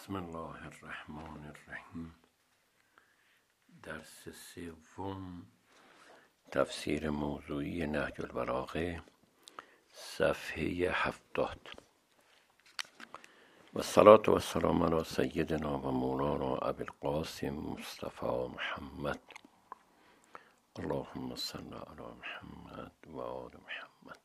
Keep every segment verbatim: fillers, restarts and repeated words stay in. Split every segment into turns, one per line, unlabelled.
بسم الله الرحمن الرحیم. درس سوم، تفسیر موضوعی نهج البلاغه، صفحه هفتاد. و الصلاة و السلام علی سیدنا و مولانا ابی القاسم مصطفی محمد، اللهم صل علی محمد و آل محمد.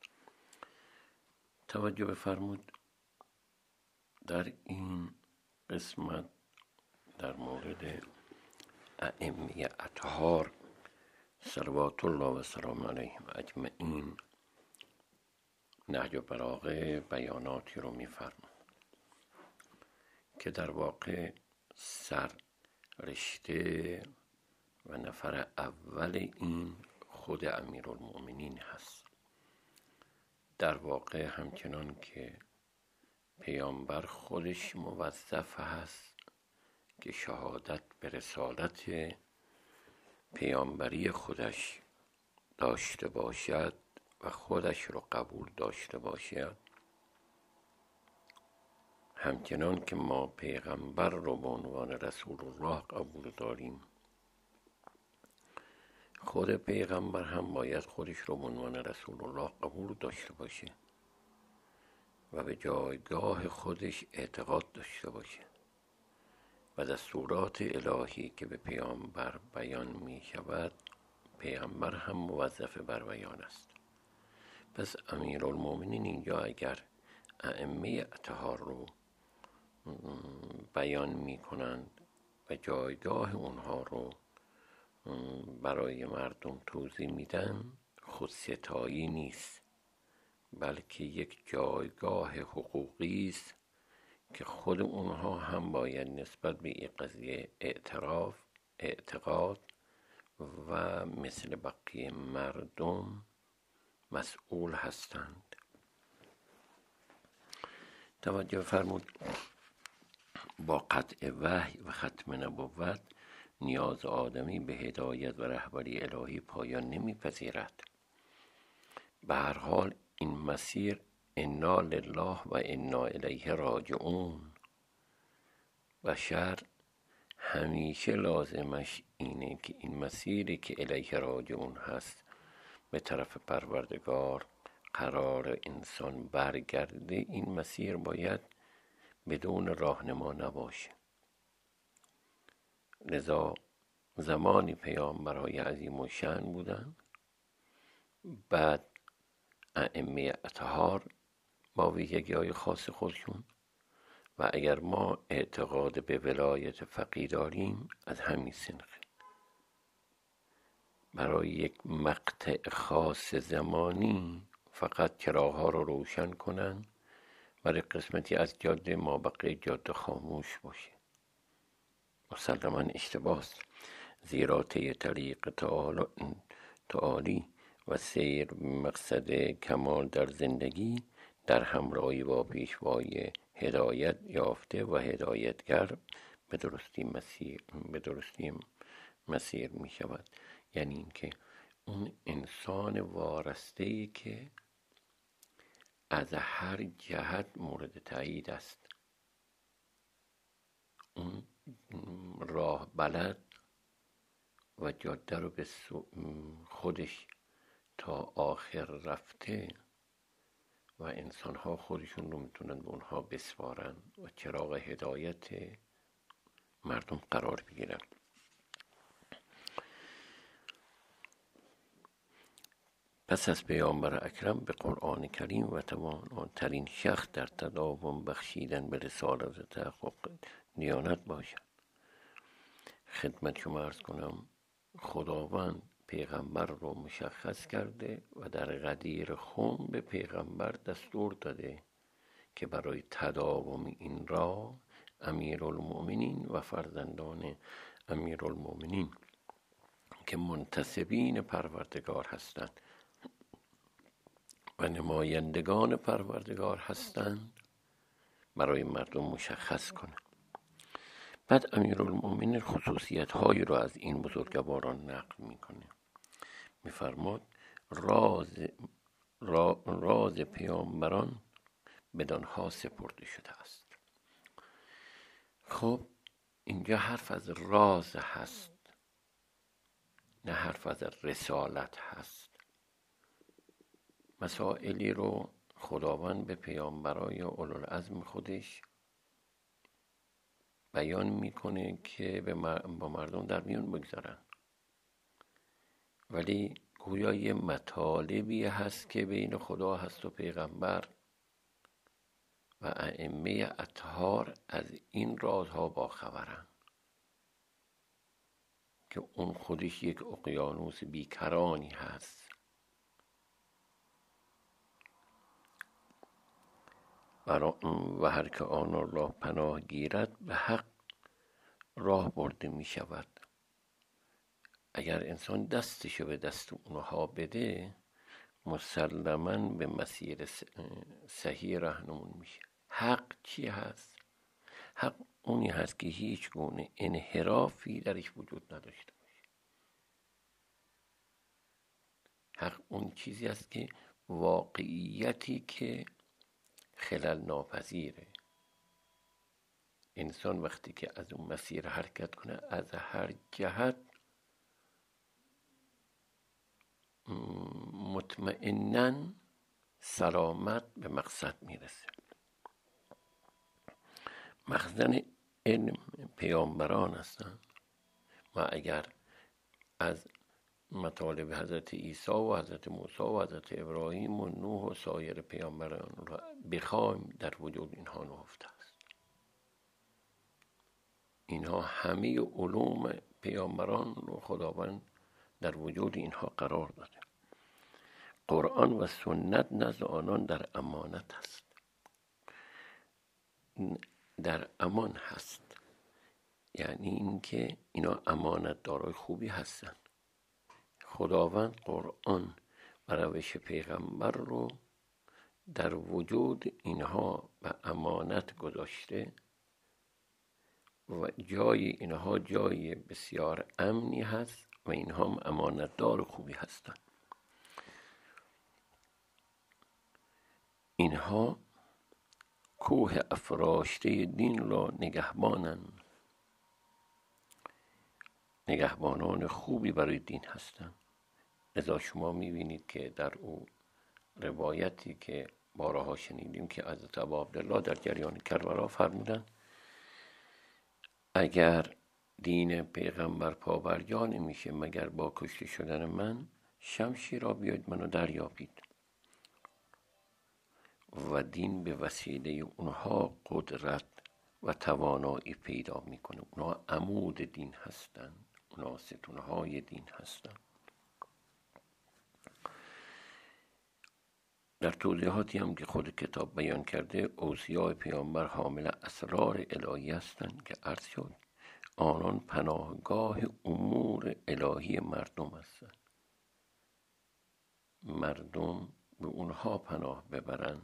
توجه بفرمود، در این قسمت در مورد ائمه اطهار صلوات الله و سلام علیهم اجمعین نهج البلاغه بیاناتی رو می‌فرماید که در واقع سر رشته و نفر اول این خود امیرالمؤمنین هست. در واقع همچنان که پیامبر خودش موظف هست که شهادت به رسالت پیامبری خودش داشته باشد و خودش رو قبول داشته باشد، همچنان که ما پیغمبر رو به عنوان رسول الله قبول داریم، خود پیغمبر هم باید خودش رو به عنوان رسول الله قبول داشته باشه و به جایگاه خودش اعتقاد داشته باشه و دستورات الهی که به پیامبر بیان می شود پیامبر هم موظف بر بیان است. پس امیرالمؤمنین اینجا اگر ائمه اطهار رو بیان می کنند و جایگاه اونها رو برای مردم توضیح میدن، خود ستایی نیست، بلکه یک جایگاه حقوقی است که خود اونها هم باید نسبت به این قضیه اعتراف، اعتقاد و مثل بقیه مردم مسئول هستند. توجه فرمود، با قطع وحی و ختم نبوت نیاز آدمی به هدایت و رهبری الهی پایان نمیپذیرد. به هر حال این مسیر انا لله و انا الیه راجعون، بشر همیشه لازمش اینه که این مسیری که الیه راجعون هست به طرف پروردگار قرار انسان برگرده، این مسیر باید بدون راهنما نباشه. لذا زمانی پیامبرای عظیم الشأن بودن، بعد ائمه اطهار با ویژگی‌های خاص خودشون، و اگر ما اعتقاد به ولایت فقیه داریم از همین سنخ، برای یک مقطع خاص زمانی فقط چراغ‌ها رو روشن کنن، برای قسمتی از جاده ما بقیه جاده خاموش باشه. مسلماً اشتباه است، زیرا طی طریق تعالی و سیر مقصد کمال در زندگی در همراهی با پیشوای هدایت یافته و هدایتگر به درستی مسیر به درستی مسیر می شود. یعنی اینکه اون انسان وارسته‌ای که از هر جهت مورد تایید است، اون راه بلد و جاده رو به خودش تا آخر رفته و انسان‌ها خودشون رو میتونن به اونها بسپارن و چراغ هدایت مردم قرار بگیرن. پس از پیامبر اکرم به قرآن کریم و تواناترین شخص در تداوم بخشیدن به رسالت و تحقق دیانت باشد. خدمت شما عرض کنم، خداوند پیغمبر رو مشخص کرده و در غدیر خم به پیغمبر دستور داده که برای تداوم این راه امیرالمؤمنین و فرزندان امیرالمؤمنین که منتسبین پروردگار هستند و نمایندگان پروردگار هستند برای مردم مشخص کنند. بعد امیرالمؤمنین خصوصیت هایی رو از این بزرگواران نقل میکنه. میفرماد راز را راز پیامبران بدانها سپرده شده است. خب اینجا حرف از راز هست، نه حرف از رسالت هست. مسائلی رو خداوند به پیامبرای اولوالعزم خودش بیان میکنه که با مردم در میون بگذارن، ولی گویا یه مطالبی هست که بین خدا هست و پیغمبر و ائمه اطهار از این رازها باخبرن که اون خودش یک اقیانوس بیکرانی هست و هر که آن را پناه گیرد به حق راه برده می شود. اگر انسان دستشو به دست اونها بده مسلماً به مسیر صحیح راهنمون میشه. حق چی هست؟ حق اونی هست که هیچ گونه انحرافی درش وجود نداشته باشه. حق اون چیزی است که واقعیتی که خلل ناپذیره. انسان وقتی که از اون مسیر حرکت کنه از هر جهت مطمئناً سلامت به مقصد میرسه. مخزن علم پیامبران هستند. ما اگر از مطالب حضرت عیسی و حضرت موسی و حضرت ابراهیم و نوح و سایر پیامبران را بخوایم در وجود اینها نهفته است. اینها همه علوم پیامبران رو خداوند در وجود اینها قرار داده. قرآن و سنت نزد آنان در امانت است، در امان هست، یعنی اینکه اینا امانت دارای خوبی هستن. خداوند قرآن و روش پیغمبر رو در وجود اینها به امانت گذاشته و جای اینها جای بسیار امنی هست و اینها هم امانت دار خوبی هستن. اینها کوه افراشته دین را نگهبانند، نگهبانان خوبی برای دین هستند. لذا شما میبینید که در او روایتی که بارها شنیدیم که حضرت ابا عبدالله در جریان کربلا فرمودن اگر دین پیغمبر پابرجا نمیشه مگر با کشته شدن من، شمشیر را بیاید منو دریابید. و دین به وسیله اونها قدرت و توانایی پیدا میکنه. اونها عمود دین هستند، اونها ستونهای دین هستند. در توضیحاتی هم که خود کتاب بیان کرده اوصیاء پیامبر حامل اسرار الهی هستند که عرض شد آنان پناهگاه امور الهی مردم هستند. مردم به اونها پناه ببرن.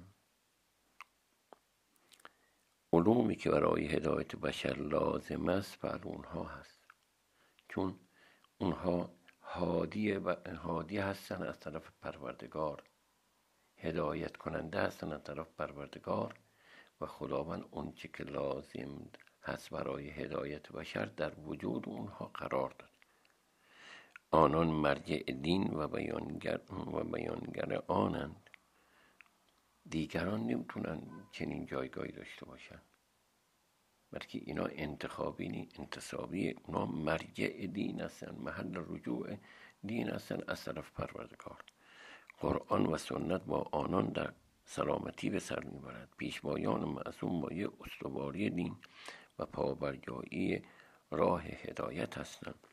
علومی که برای هدایت بشر لازم است بر اونها هست، چون اونها هادی و هادی هستن از طرف پروردگار، هدایت کننده هستن از طرف پروردگار و خداوند اون چه که لازم هست برای هدایت بشر در وجود اونها قرار داد. آنان مرجع دین و بیانگر و بیانگر آنند. دیگران نمیتونن چنین جایگاهی داشته باشن، بلکه اینا انتخابی نی انتصابی، اونا مرجع دین هستن، محل رجوع دین هستن از طرف پروردگار. قرآن و سنت با آنان در سلامتی به سر میبرد. پیشوایان معصوم با یه استواری دین و پابرجایی راه هدایت هستند.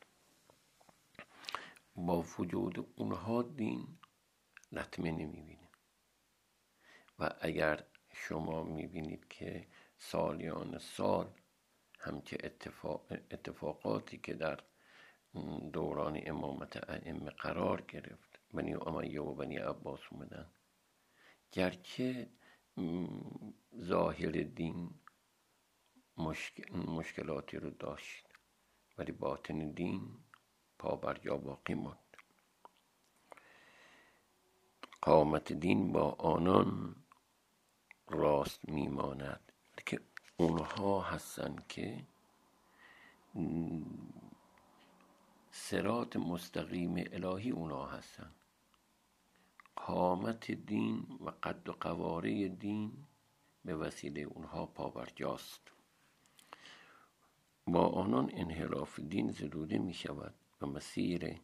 با وجود اونها دین لطمه نمیبینه. و اگر شما میبینید که سالیان سال همچه اتفاق اتفاقاتی که در دوران امامت ائمه قرار گرفت، بنی امیه و بنی عباس اومدن، گرچه ظاهر دین مشکل مشکلاتی رو داشت ولی باطن دین پابرجا باقی ماند. قامت دین با آنان راست میماند که اونها هستن که صراط مستقیم الهی اونها هستن. قامت دین و قد و قواره دین به وسیله اونها پابرجاست. با آنان انحراف دین زدوده می شود و مسیر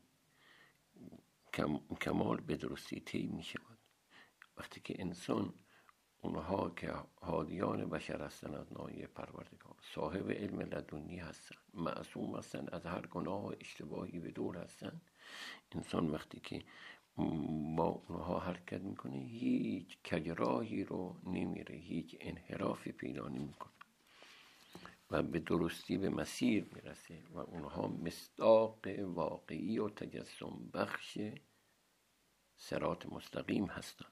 کمال به درستی طی می شود. وقتی که انسان، اونها که هادیان بشر هستند از ناحیه پروردگار، صاحب علم لدنی هستند، معصوم هستند، از هر گناه و اشتباهی به دور هستند، انسان وقتی که با اونها حرکت میکنه هیچ کجراهی رو نمیره، هیچ انحرافی پیدا نمیکنه و به درستی به مسیر میرسه و اونها مصداق واقعی و تجسم بخش صراط مستقیم هستند.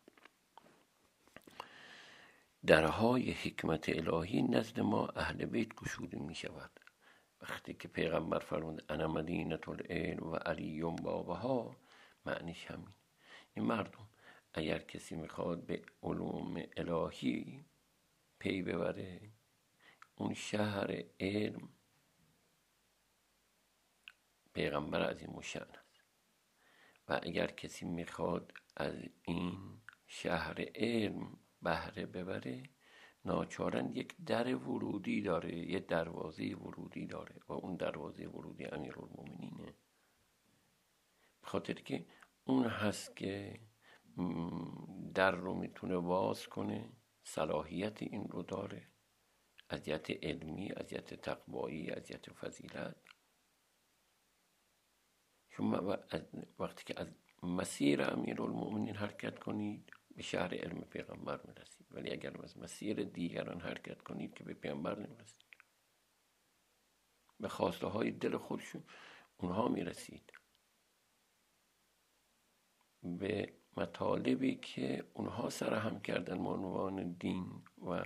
درهای حکمت الهی نزد ما اهل بیت گشوده می شود. وقتی که پیغمبر فرمود انا مدینة العلم و علی بابها، معنیش همین. این مردم اگر کسی میخواد به علوم الهی پی ببره، اون شهر علم پیغمبر از این مشأن است و اگر کسی میخواد از این شهر علم بهره ببره، ناچارن یک در ورودی داره، یک دروازه ورودی داره و اون دروازه ورودی امیرالمومنینه. بخاطر که اون هست که در رو میتونه باز کنه، صلاحیت این رو داره، اذیت علمی، اذیت تقوایی، اذیت فضیلت. شما وقتی که از مسیر امیرالمومنین حرکت کنید به شهر علم پیغمبر میرسید، ولی اگر از مسیر دیگران حرکت کنید که به پیغمبر نمیرسید، به خواسته های دل خودشون اونها میرسید، به مطالبی که اونها سرهم کردن به عنوان دین و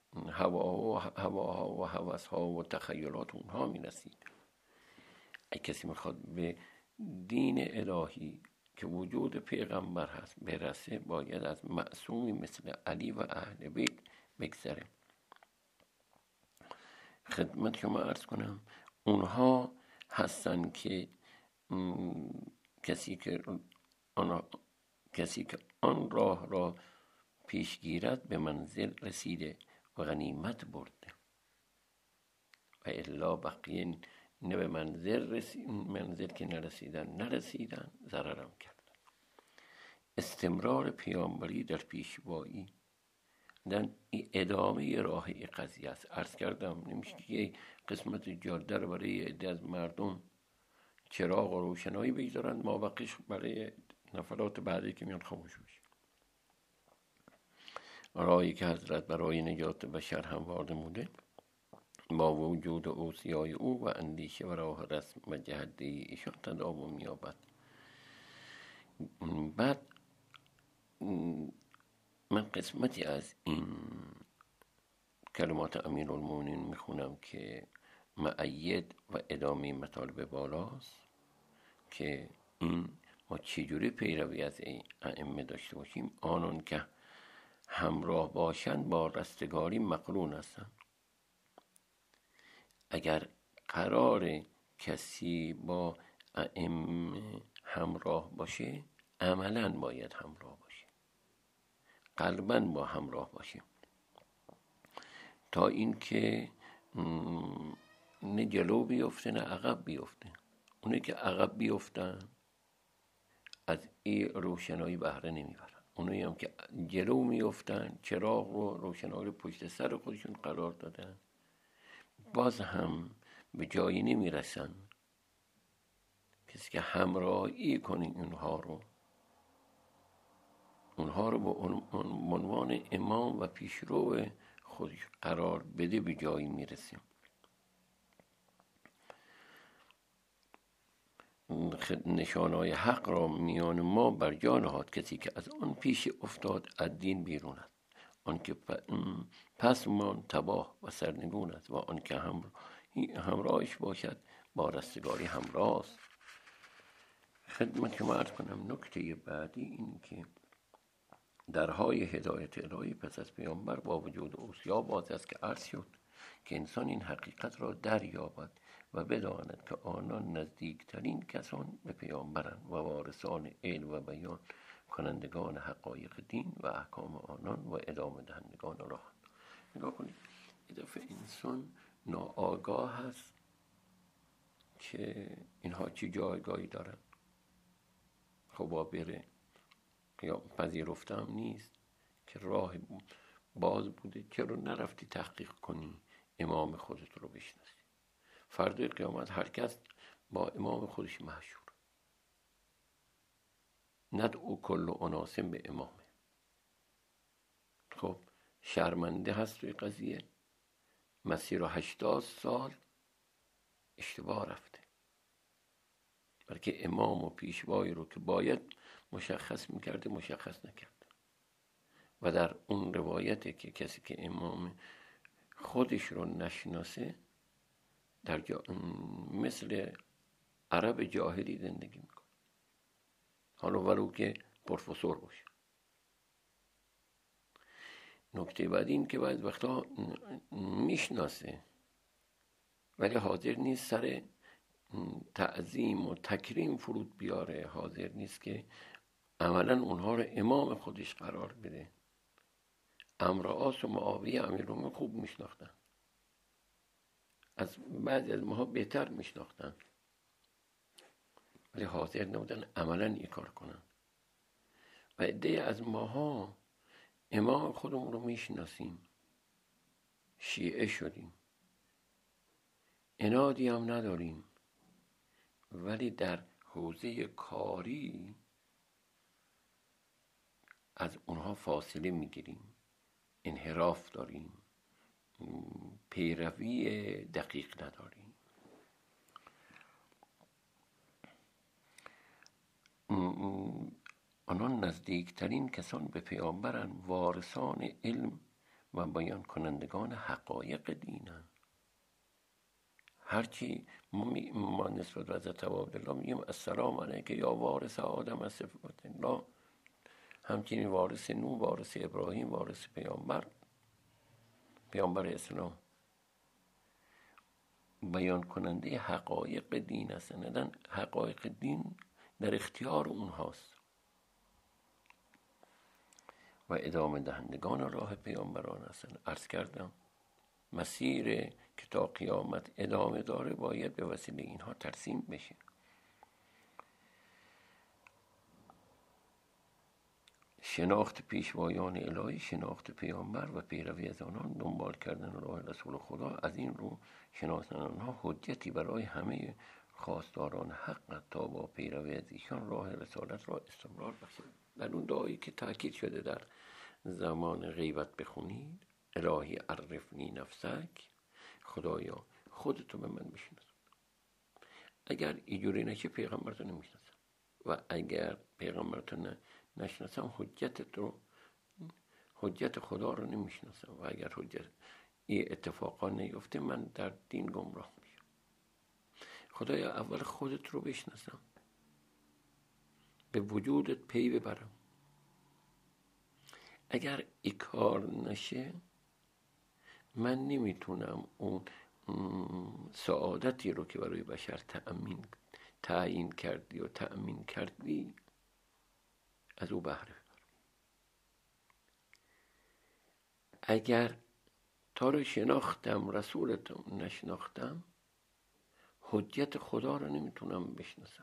هواها و هوسها و تخیلات اونها میرسید. اگه کسی میخواد به دین الهی که وجود پیغمبر هست برسه، باید از معصومی مثل علی و اهل بیت بگذره. خدمت شما عرض کنم اونها هستن که کسی که آن کسی که آن راه را پیش گیرد به منزل رسیده و غنیمت برده و الا بقیه نه به منزل رسید، منزل که نرسیدن نرسیدن ضررم کردن. استمرار پیامبری در پیشوایی در ادامه راه این قضیه است. عرض کردم نمیشه که قسمت جاده رو برای عده از مردم چراغ و روشنایی بگذارن، ما بقیش برای نفرات بعدی که میان خاموش بشه. راهی که حضرت برای نجات بشر هموار نموده با وجود اوصیای او و اندیشه و راه رسم و جهده ایشان تداوم می‌یابد. بعد من قسمتی از این کلمات امیرالمومنین میخونم که مؤید و ادامه مطالب بالاست که این ما چجوری پیروی از این ائمه داشته باشیم. آنان که همراه باشند با رستگاری مقرون هستند. اگر قرار کسی با ائمه همراه باشه، عملا باید همراه باشه، قلبا با همراه باشه، تا اینکه نه جلو بیفته نه عقب بیفته. اونی که عقب بیفتن از این روشنایی بهره نمیبرن، اونایی هم که جلو میفتن چراغ و روشنایی رو پشت سر خودشون قرار دادن باز هم به جایی نمیرسن. کسی که همراهی کنی اونها رو اونها رو به عنوان امام و پیشرو خودش قرار بده به جایی میرسیم. نشانهای حق را میان ما بر جا نهاد. کسی که از آن پیش افتاد از دین بیرون است، آن که پس مان تباه و سرنگون است و آن که همراهش باشد با رستگاری همراه است. خدمت شما عرض کنم نکته بعدی این که درهای هدایت الهی پس از پیامبر با وجود اوصیا باز است که عرض شد که انسان این حقیقت را دریابد و بداند که آنان نزدیکترین کسان به پیامبرند و وارثان علم و بیان کنندگان حقایق دین و احکام آنان و ادامه دهندگان راه. نگاه کنید، یه دفعه انسان ناآگاه هست که اینها چی جایگاهی دارن. خب با بره یا پذیرفتم نیست که راه باز بوده، چرا نرفتی تحقیق کنی امام خودت رو بشناسی؟ فردا قیامت هر کس با امام خودش محشور. ندعو کل اناس به امامه. خب شرمنده هست توی قضیه، مسیر هشتاد سال اشتباه رفته، بلکه امام و پیشوایی رو که باید مشخص میکرده مشخص نکرده. و در اون روایته که کسی که امام خودش رو نشناسه در جا... مثل عرب جاهلی زندگی میکنه، حالا ولو که پروفسور باشه. نکته بعد این که بعد وقتا میشناسه ولی حاضر نیست سر تعظیم و تکریم فرود بیاره، حاضر نیست که عملا اونها رو امام خودش قرار بده. عمرو عاص و معاویه امیرالمومنین خوب میشناختن، از بعضی از ماها بهتر میشناختن، ولی حاضر نبودن عملا این کار کنن. و عده از ماها امام خودمون رو میشناسیم، شیعه شدیم، عنادی هم نداریم، ولی در حوزه کاری از اونها فاصله میگیریم، انحراف داریم، پیروی دقیق نداریم. آنان نزدیکترین کسان به پیامبرن، وارثان علم و بیان کنندگان حقایق دینن. هرچی ما, می ما نسبت به حضرت عبدالله میگیم السلام علیک یا وارث آدم از صفات الله، همچنین وارث نوح، وارث ابراهیم، وارث پیامبر پیامبر اسلام، بیان کننده حقایق دین هستن. حقایق دین در اختیار اونهاست و ادامه دهندگان راه پیامبران هستن. عرض کردم مسیر که تا قیامت ادامه داره باید به وسیله اینها ترسیم بشه. شناخت پیشوایان الهی، شناخت پیامبر و پیروی از آنان، دنبال کردن راه رسول خدا، از این رو شناختن آنها حجتی برای همه خواستاران حق تا با پیروی از ایشان راه رسالت را استمرار بخشید. در اون دعایی که تاکید شده در زمان غیبت بخونید، الهی عرفنی نفسک، خدایا خودتو به من بشناس. اگر اینجوری نشه پیغمبرتو نمیشناسم، و اگر پیغمبرتو نشناسم حجتت رو حجت خدا رو نمیشناسم، و اگر حجت این اتفاقا نیفته من در دین گمراه میشم. خدایا اول خودت رو بشناسم، به وجودت پی ببرم. اگر این کار نشه من نمیتونم اون سعادتی رو که برای بشر تأمین تعیین کردی و تأمین کردی از او بهره ببرم. اگر تا رو شناختم رسولت نشناختم حجت خدا رو نمیتونم بشناسم.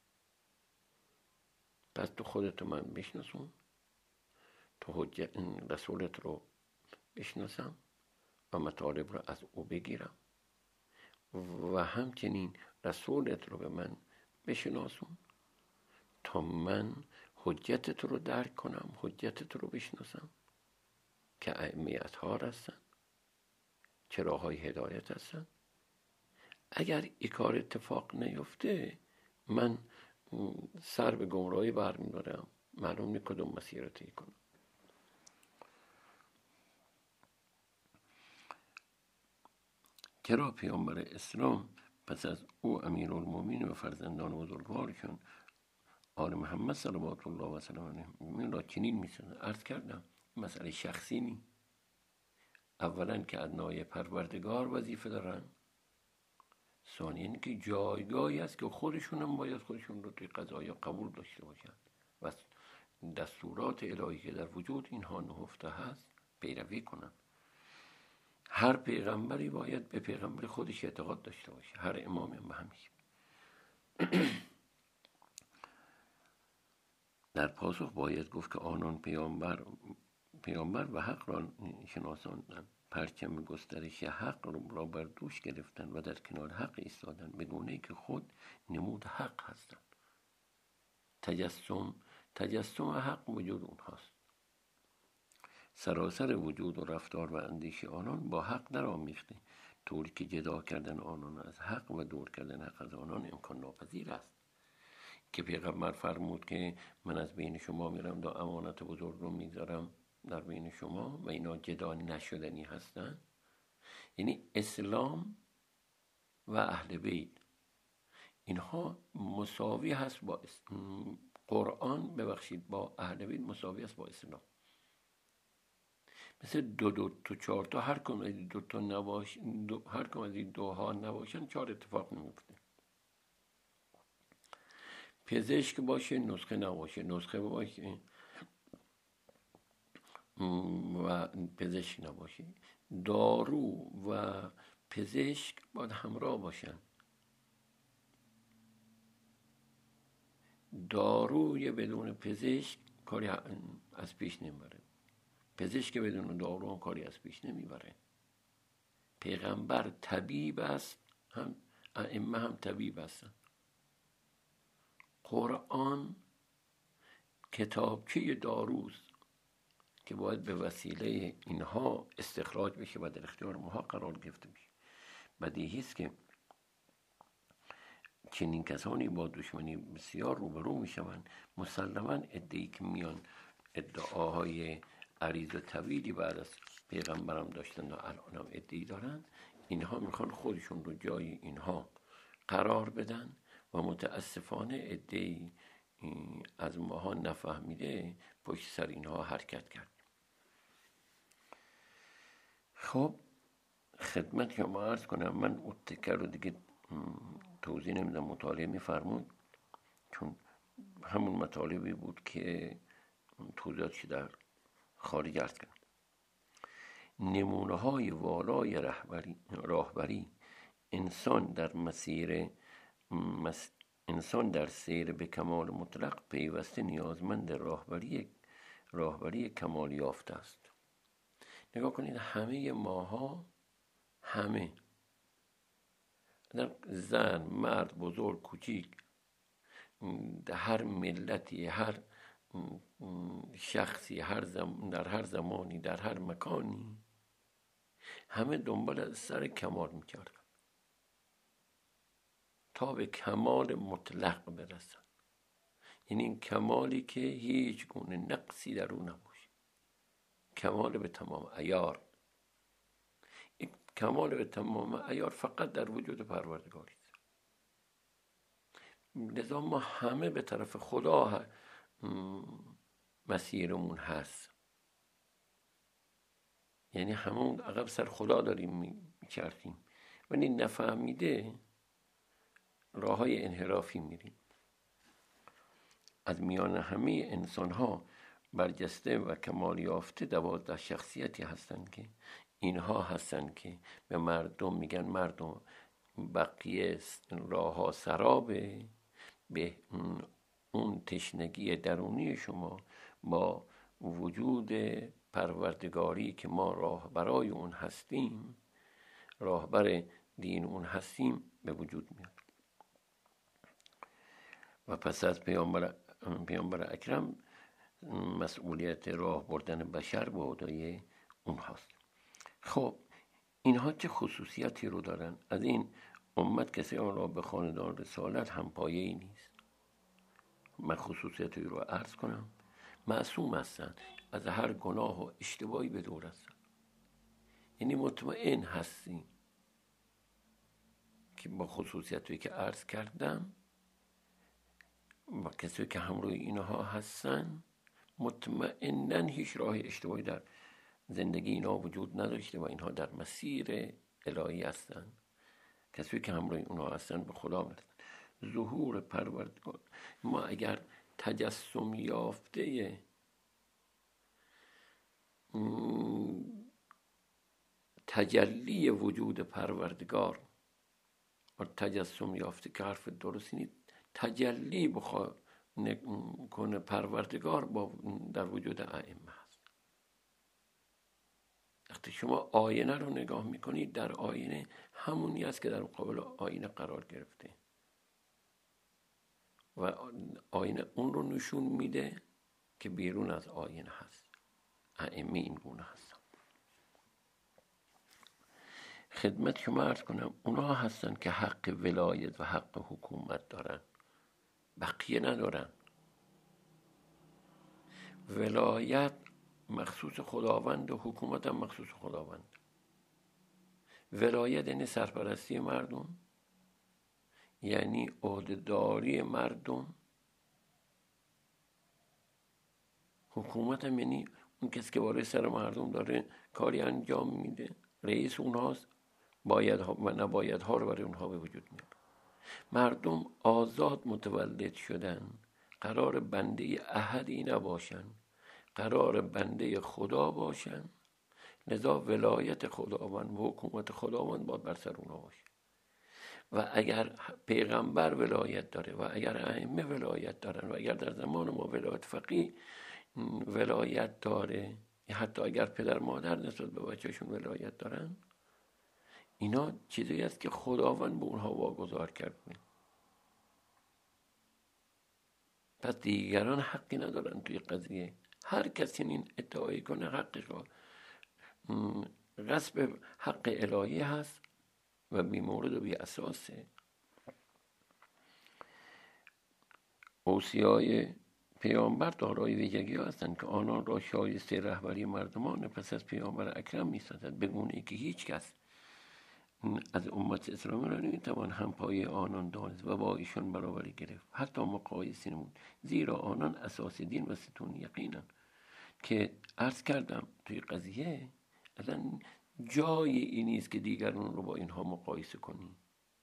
پس تو خودت من بشناسون، تو حجت رسولت رو بشناسم و مطالب رو از او بگیرم، و همچنین رسولت رو به من بشناسون تا من حجتت رو درک کنم، حجتت رو بشناسم که ائمه اطهار هستن، چراغ‌های هدایت هستن. اگر این کار اتفاق نیفته من سر به گمراهی برمی‌دارم، معلوم نیست کدوم مسیر رو طی کنم. چرا پیامبر اسلام پس از او امیرالمومنین و فرزندان بزرگوارشان آل محمد صلوات الله و سلام علیه را چنین می‌سازند؟ عرض کردم مسئله شخصی نی، اولا که ادنای پروردگار وظیفه دارن، ثانیاً که جایگاهی است که خودشون هم باید خودشون رو توی قضایا قبول داشته باشن و دستورات الهی که در وجود اینها نهفته هست پیروی کنن. هر پیغمبری باید به پیغمبر خودش اعتقاد داشته باشه، هر امامی هم به همیشه. در پاسخ باید گفت که آنان پیامبر پیامبر و حق را شناساندند، پرچم گسترش حق را بر دوش گرفتند و در کنار حق ایستادند، بدونه که خود نمود حق هستند. تجسم تجسم حق وجود اونهاست. سراسر وجود و رفتار و اندیشه آنان با حق در آمیخته، طوری که جدا کردن آنان از حق و دور کردن حق از آنان امکان ناپذیر است. که پیغمبر فرمود که من از بین شما میرم تا امانت بزرگ رو میذارم در بین شما و اینا جدا نشدنی هستن. یعنی اسلام و اهل بیت اینها مساوی هست با قرآن، ببخشید با اهل بیت مساوی است با اسلام. مثل دو دو تا چهار تا، هر کم از دو تا نباش دو هر کم از این دوها نباشن چهار اتفاق نمیفته. پزشک باشه نسخه نباشه، نسخه باشه و پزشک نباشه. دارو و پزشک باید همراه باشن. داروی بدون پزشک کاری از پیش نمیبره، پزشک بدون دارو هم کاری از پیش نمیبره. پیغمبر طبیب است، هم ائمه هم طبیب هستن. قرآن کتابچه داروست که باید به وسیله اینها استخراج بشه و در اختیار ماها قرار گرفته بشه. بدیهی است که چنین کسانی با دشمنی بسیار روبرو میشوند. مسلماً ادعی که میان ادعاهای عریض و طویلی بعد از پیغمبرم داشتن و الان هم ادعی دارن، اینها میخوان خودشون رو جای اینها قرار بدن و متاسفانه ادعی از ماها نفهمیده پشت سر اینها حرکت کرد. خب خدمت شما عرض کنم، من اون تکر رو دیگه توضیح نمیدم، مطالعه میفرمود، چون همون مطالبی بود که توضیحاتش در خارج عرض کردم. نمونه های والای رهبری راهبری انسان در مسیر مس... انسان در سیر به کمال مطلق پیوسته نیازمند راهبری راهبری کمال یافته است. نگاه کنید، همه ماها، همه زن، مرد، بزرگ، کوچیک، هر ملتی، هر شخصی، هر زم... در هر زمانی، در هر مکانی، همه دنبال از سر کمال میکردن تا به کمال مطلق برسن. یعنی این کمالی که هیچ گونه نقصی در اون نباشه، کمال به تمام عیار. این کمال به تمام عیار فقط در وجود پروردگاری است. لذا ما همه به طرف خدا مسیرمون هست، یعنی همون عقب سر خدا داریم میچرخیم، ولی نفهمیده راه های انحرافی میریم. از میان همه انسان ها برجسته و کمال یافته دوازده شخصیتی هستند که اینها هستند که به مردم میگن مردم بقیه راه ها سرابه، به اون تشنگی درونی شما با وجود پروردگاری که ما راه برای اون هستیم، راهبر دین اون هستیم، به وجود میاد. و پس از پیامبر پیامبر اکرم مسئولیت راه بردن بشر به عهده اون هست. خب اینها چه خصوصیتی رو دارن؟ از این امت کسی آن را به خاندان رسالت هم پایه‌ای نیست. من خصوصیتی رو عرض کنم. معصوم هستن، از هر گناه و اشتباهی به دور هستن. یعنی مطمئن هستیم که با خصوصیتی که عرض کردم و کسی که همراه اینها هستن، مطمئنن هیچ راه اشتباهی در زندگی اینا وجود نداشته و اینها در مسیر الهی هستن. کسی که همراه اونها هستن به خدا میرسن. ظهور پروردگار، ما اگر تجسم یافته تجلی وجود پروردگار و تجسم یافته که حرف درستی نیست، تجلی بخواه کنه پروردگار با در وجود ائمه هست. وقتی شما آینه رو نگاه میکنید، در آینه همونی است که در مقابل آینه قرار گرفته و آینه اون رو نشون میده که بیرون از آینه هست. ائمه این گونه هستن. خدمت شما عرض کنم اونا هستن که حق ولایت و حق حکومت دارن، بقیه ندارن. ولایت مخصوص خداوند و حکومت هم مخصوص خداوند. ولایت یعنی سرپرستی مردم، یعنی عهدهداری مردم. حکومت هم یعنی اون کسی که بالای سر مردم داره کاری انجام میده، رئیس اونهاست، باید ها و نباید ها رو برای اونها به وجود میاد. مردم آزاد متولد شدن، قرار بنده احدی نباشن، قرار بنده خدا باشن. لذا ولایت خداوند و حکومت خداوند باید بر سر اونها باشه. و اگر پیغمبر ولایت داره و اگر ائمه ولایت دارن و اگر در زمان ما ولایت فقیه ولایت داره، حتی اگر پدر مادر نسبت به بچه‌شون ولایت دارن، اینا چیزی است که خداوند به اونها واگذار کرده. پس دیگران حقی ندارن توی قضیه. هر کسی این ادعای کنه حقش رو غصب حق الهی هست و بی مورد و بی اساسه. اوصیای پیامبر دارای ویژگی هستند که آنان را شایسته رهبری مردمان پس از پیامبر اکرم می‌سازد، به گونه‌ای که هیچ کس از امت اسلامی را نمیتوان هم پای آنان دانست و با ایشان برابری گرفت، حتی مقایسه نمود، زیرا آنان اساس دین و ستون یقینن. که عرض کردم توی قضیه اصلا جای این نیست که دیگران رو با اینها مقایسه کنیم.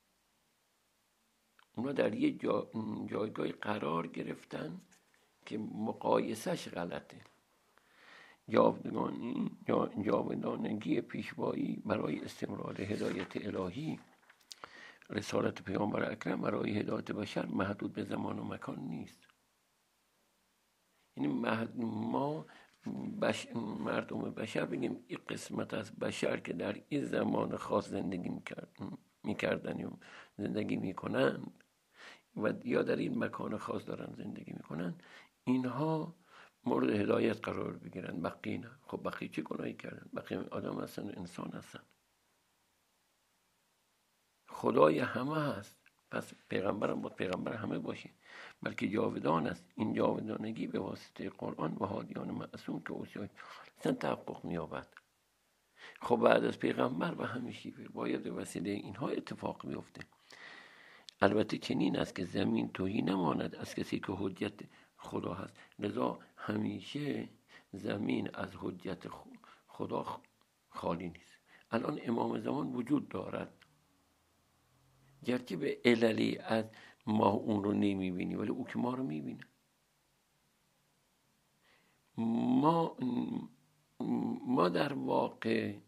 اونا در یه جا جایگاه قرار گرفتن که مقایسهش غلطه. جاودانگی جاودانگی پیشوایی برای استمرار هدایت الهی، رسالت پیامبر اکرم برای هدایت بشر محدود به زمان و مکان نیست. یعنی ما بش... مردم بشر بگیم این قسمت از بشر که در این زمان خاص زندگی میکردن یا زندگی میکنن و یا در این مکان خاص دارن زندگی میکنن، اینها مورد هدایت قرار بگیرن، بقیه نه. خب بقیه چه گناهی کردن؟ بقیه آدم هستن، انسان هستن. خدای همه هست، پس پیغمبر هم باید پیغمبر همه باشه، بلکه جاودان است. این جاودانگی به واسطه قرآن و هادیان معصوم که اوصیای اصلا تحقق می‌یابد. خب بعد از پیغمبر و همیشه باید به وسیله اینها اتفاق بیفته. البته چنین است که زمین تهی نماند از کسی که حجت خدا هست، لذا همیشه زمین از حجت خدا خالی نیست. الان امام زمان وجود دارد، گرچه به عللی از ما اون رو نمیبینی ولی او که ما رو میبینه. ما ما در واقع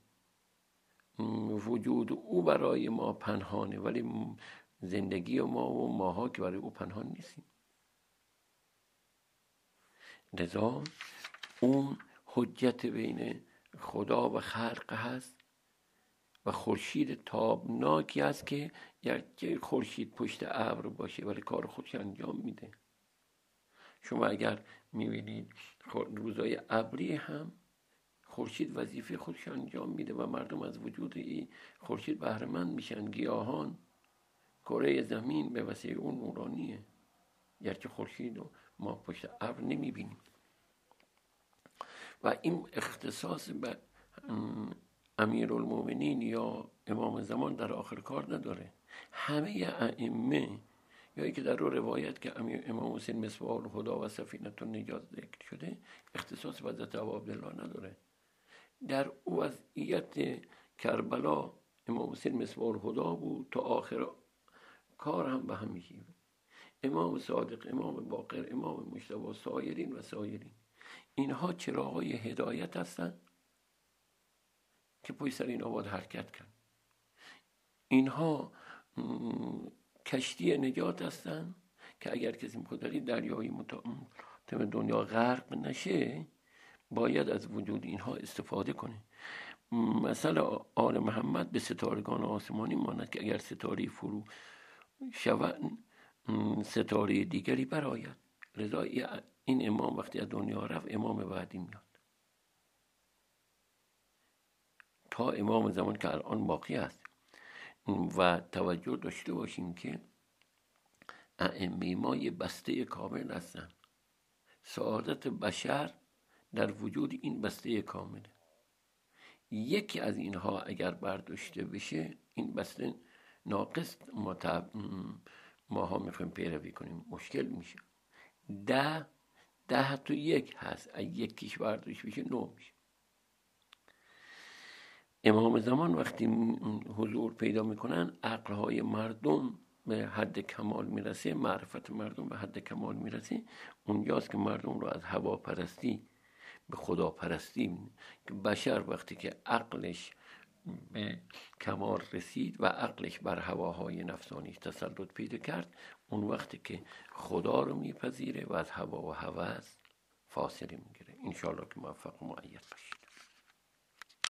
وجود او برای ما پنهانه، ولی زندگی ما و ماها که برای او پنهان نیستیم. لذا اون حجت بین خدا و خلق هست و خورشید تابناکی است که گرچه خورشید پشت ابر باشه ولی کار خودش انجام میده. شما اگر میبینید روزای ابری هم خورشید وظیفه خودش انجام میده و مردم از وجود این خورشید بهره مند میشن. گیاهان، کره زمین به وسیله اون نورانیه، گرچه خورشید رو ما پشت ابر نمیبینیم. و این اختصاص به امیرالمومنین یا امام زمان در آخر کار نداره. همه ائمه یا که در رو روایت که امام حسین مصباح الهدی و سفینه النجات ذکر شده، اختصاص به حضرت ابا عبدالله نداره. در وضعیت کربلا امام حسین مصباح الهدی بود تا آخر کار هم به همین شیوه. امام صادق، امام باقر، امام مجتبی، سایرین و سایرین، اینها چراغای هدایت هستند که پشت سر اینها باید حرکت کرد. اینها کشتی نجات هستند که اگر کسی میخواد در دریای متلاطم دنیا غرق نشه باید از وجود اینها استفاده کنه. مثلا آل محمد به ستارگان آسمانی ماند که اگر ستاره فرو شود ستاره دیگری برآید. لذا این امام وقتی از دنیا رفت امام بعدی میاد تا امام زمان که الان باقی است. و توجه داشته باشیم که ائمه ما یه بسته کامل هستن. سعادت بشر در وجود این بسته کامله. یکی از اینها اگر برداشته بشه این بسته ناقص متعب... ما ها میخوایم پیروی کنیم مشکل میشه. ده ده تو یک هست، اگه یکیش برداشت بشه نو میشه. امام زمان وقتی حضور پیدا میکنن عقلهای مردم به حد کمال میرسه، معرفت مردم به حد کمال میرسه. اونجاست که مردم رو از هواپرستی به خداپرستی، که بشر وقتی که عقلش به کمال رسید و عقلش بر هواهای نفسانیش تسلط پیدا کرد، اون وقتی که خدا رو میپذیره و از هوا و هوس فاصله میگیره. انشاءالله که موفق و مؤید باشید.